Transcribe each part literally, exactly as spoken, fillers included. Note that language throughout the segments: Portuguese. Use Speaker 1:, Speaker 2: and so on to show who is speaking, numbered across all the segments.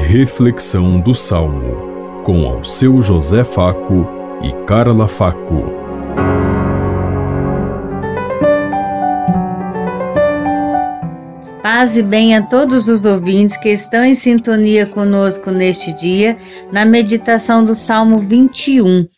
Speaker 1: Reflexão do Salmo, com Alceu José Faco e Carla Faco.
Speaker 2: Paz e bem a todos os ouvintes que estão em sintonia conosco neste dia, na meditação do Salmo vinte e um.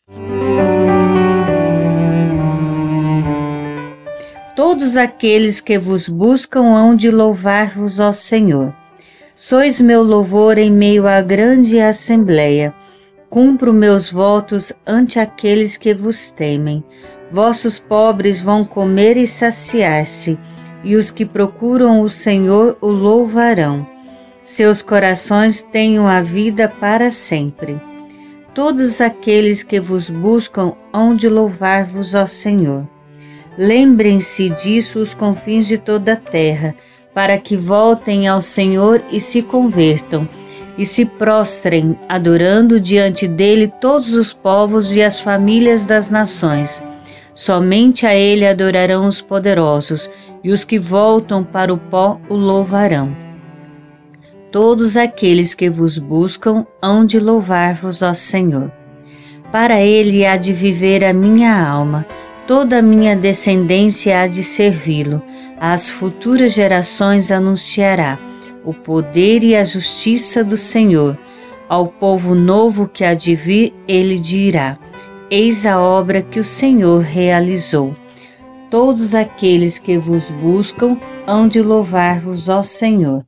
Speaker 2: Todos aqueles que vos buscam hão de louvar-vos, ó Senhor. Sois meu louvor em meio à grande assembleia. Cumpro meus votos ante aqueles que vos temem. Vossos pobres vão comer e saciar-se, e os que procuram o Senhor o louvarão. Seus corações tenham a vida para sempre. Todos aqueles que vos buscam hão de louvar-vos, ó Senhor. Lembrem-se disso os confins de toda a terra, para que voltem ao Senhor e se convertam, e se prostrem, adorando diante dele todos os povos e as famílias das nações. Somente a ele adorarão os poderosos, e os que voltam para o pó o louvarão. Todos aqueles que vos buscam hão de louvar-vos, ó Senhor. Para ele há de viver a minha alma, toda a minha descendência há de servi-lo. Às futuras gerações anunciará o poder e a justiça do Senhor. Ao povo novo que há de vir, ele dirá: eis a obra que o Senhor realizou. Todos aqueles que vos buscam hão de louvar-vos, ó Senhor.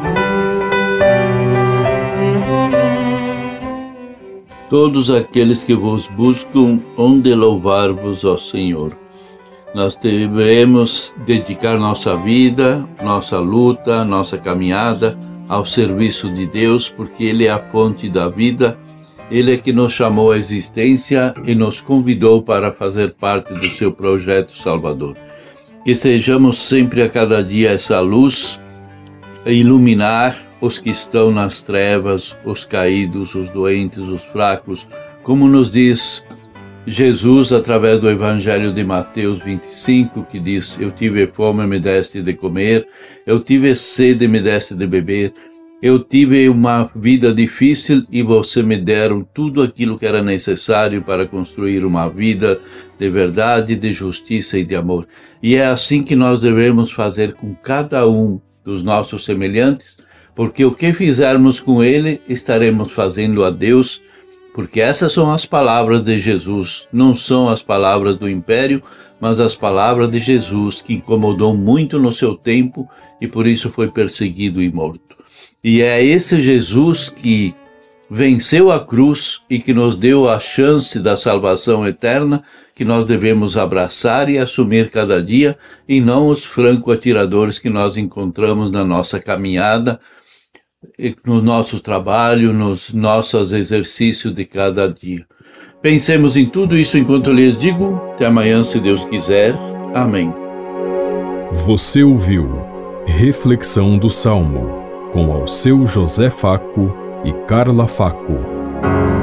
Speaker 3: Todos aqueles que vos buscam hão de louvar-vos, ó Senhor. Nós devemos dedicar nossa vida, nossa luta, nossa caminhada ao serviço de Deus, porque Ele é a fonte da vida, Ele é que nos chamou à existência e nos convidou para fazer parte do seu projeto salvador. Que sejamos sempre a cada dia essa luz a iluminar os que estão nas trevas, os caídos, os doentes, os fracos, como nos diz Jesus através do Evangelho de Mateus vinte e cinco, que diz: eu tive fome e me deste de comer, eu tive sede e me deste de beber, eu tive uma vida difícil e você me deram tudo aquilo que era necessário para construir uma vida de verdade, de justiça e de amor. E é assim que nós devemos fazer com cada um dos nossos semelhantes, porque o que fizermos com ele, estaremos fazendo a Deus, porque essas são as palavras de Jesus, não são as palavras do império, mas as palavras de Jesus, que incomodou muito no seu tempo e por isso foi perseguido e morto. E é esse Jesus que venceu a cruz e que nos deu a chance da salvação eterna, que nós devemos abraçar e assumir cada dia, e não os franco-atiradores que nós encontramos na nossa caminhada, no nosso trabalho, nos nossos exercícios de cada dia. Pensemos em tudo isso enquanto eu lhes digo. Até amanhã, se Deus quiser. Amém.
Speaker 1: Você ouviu Reflexão do Salmo, com Alceu José Faco e Carla Faco.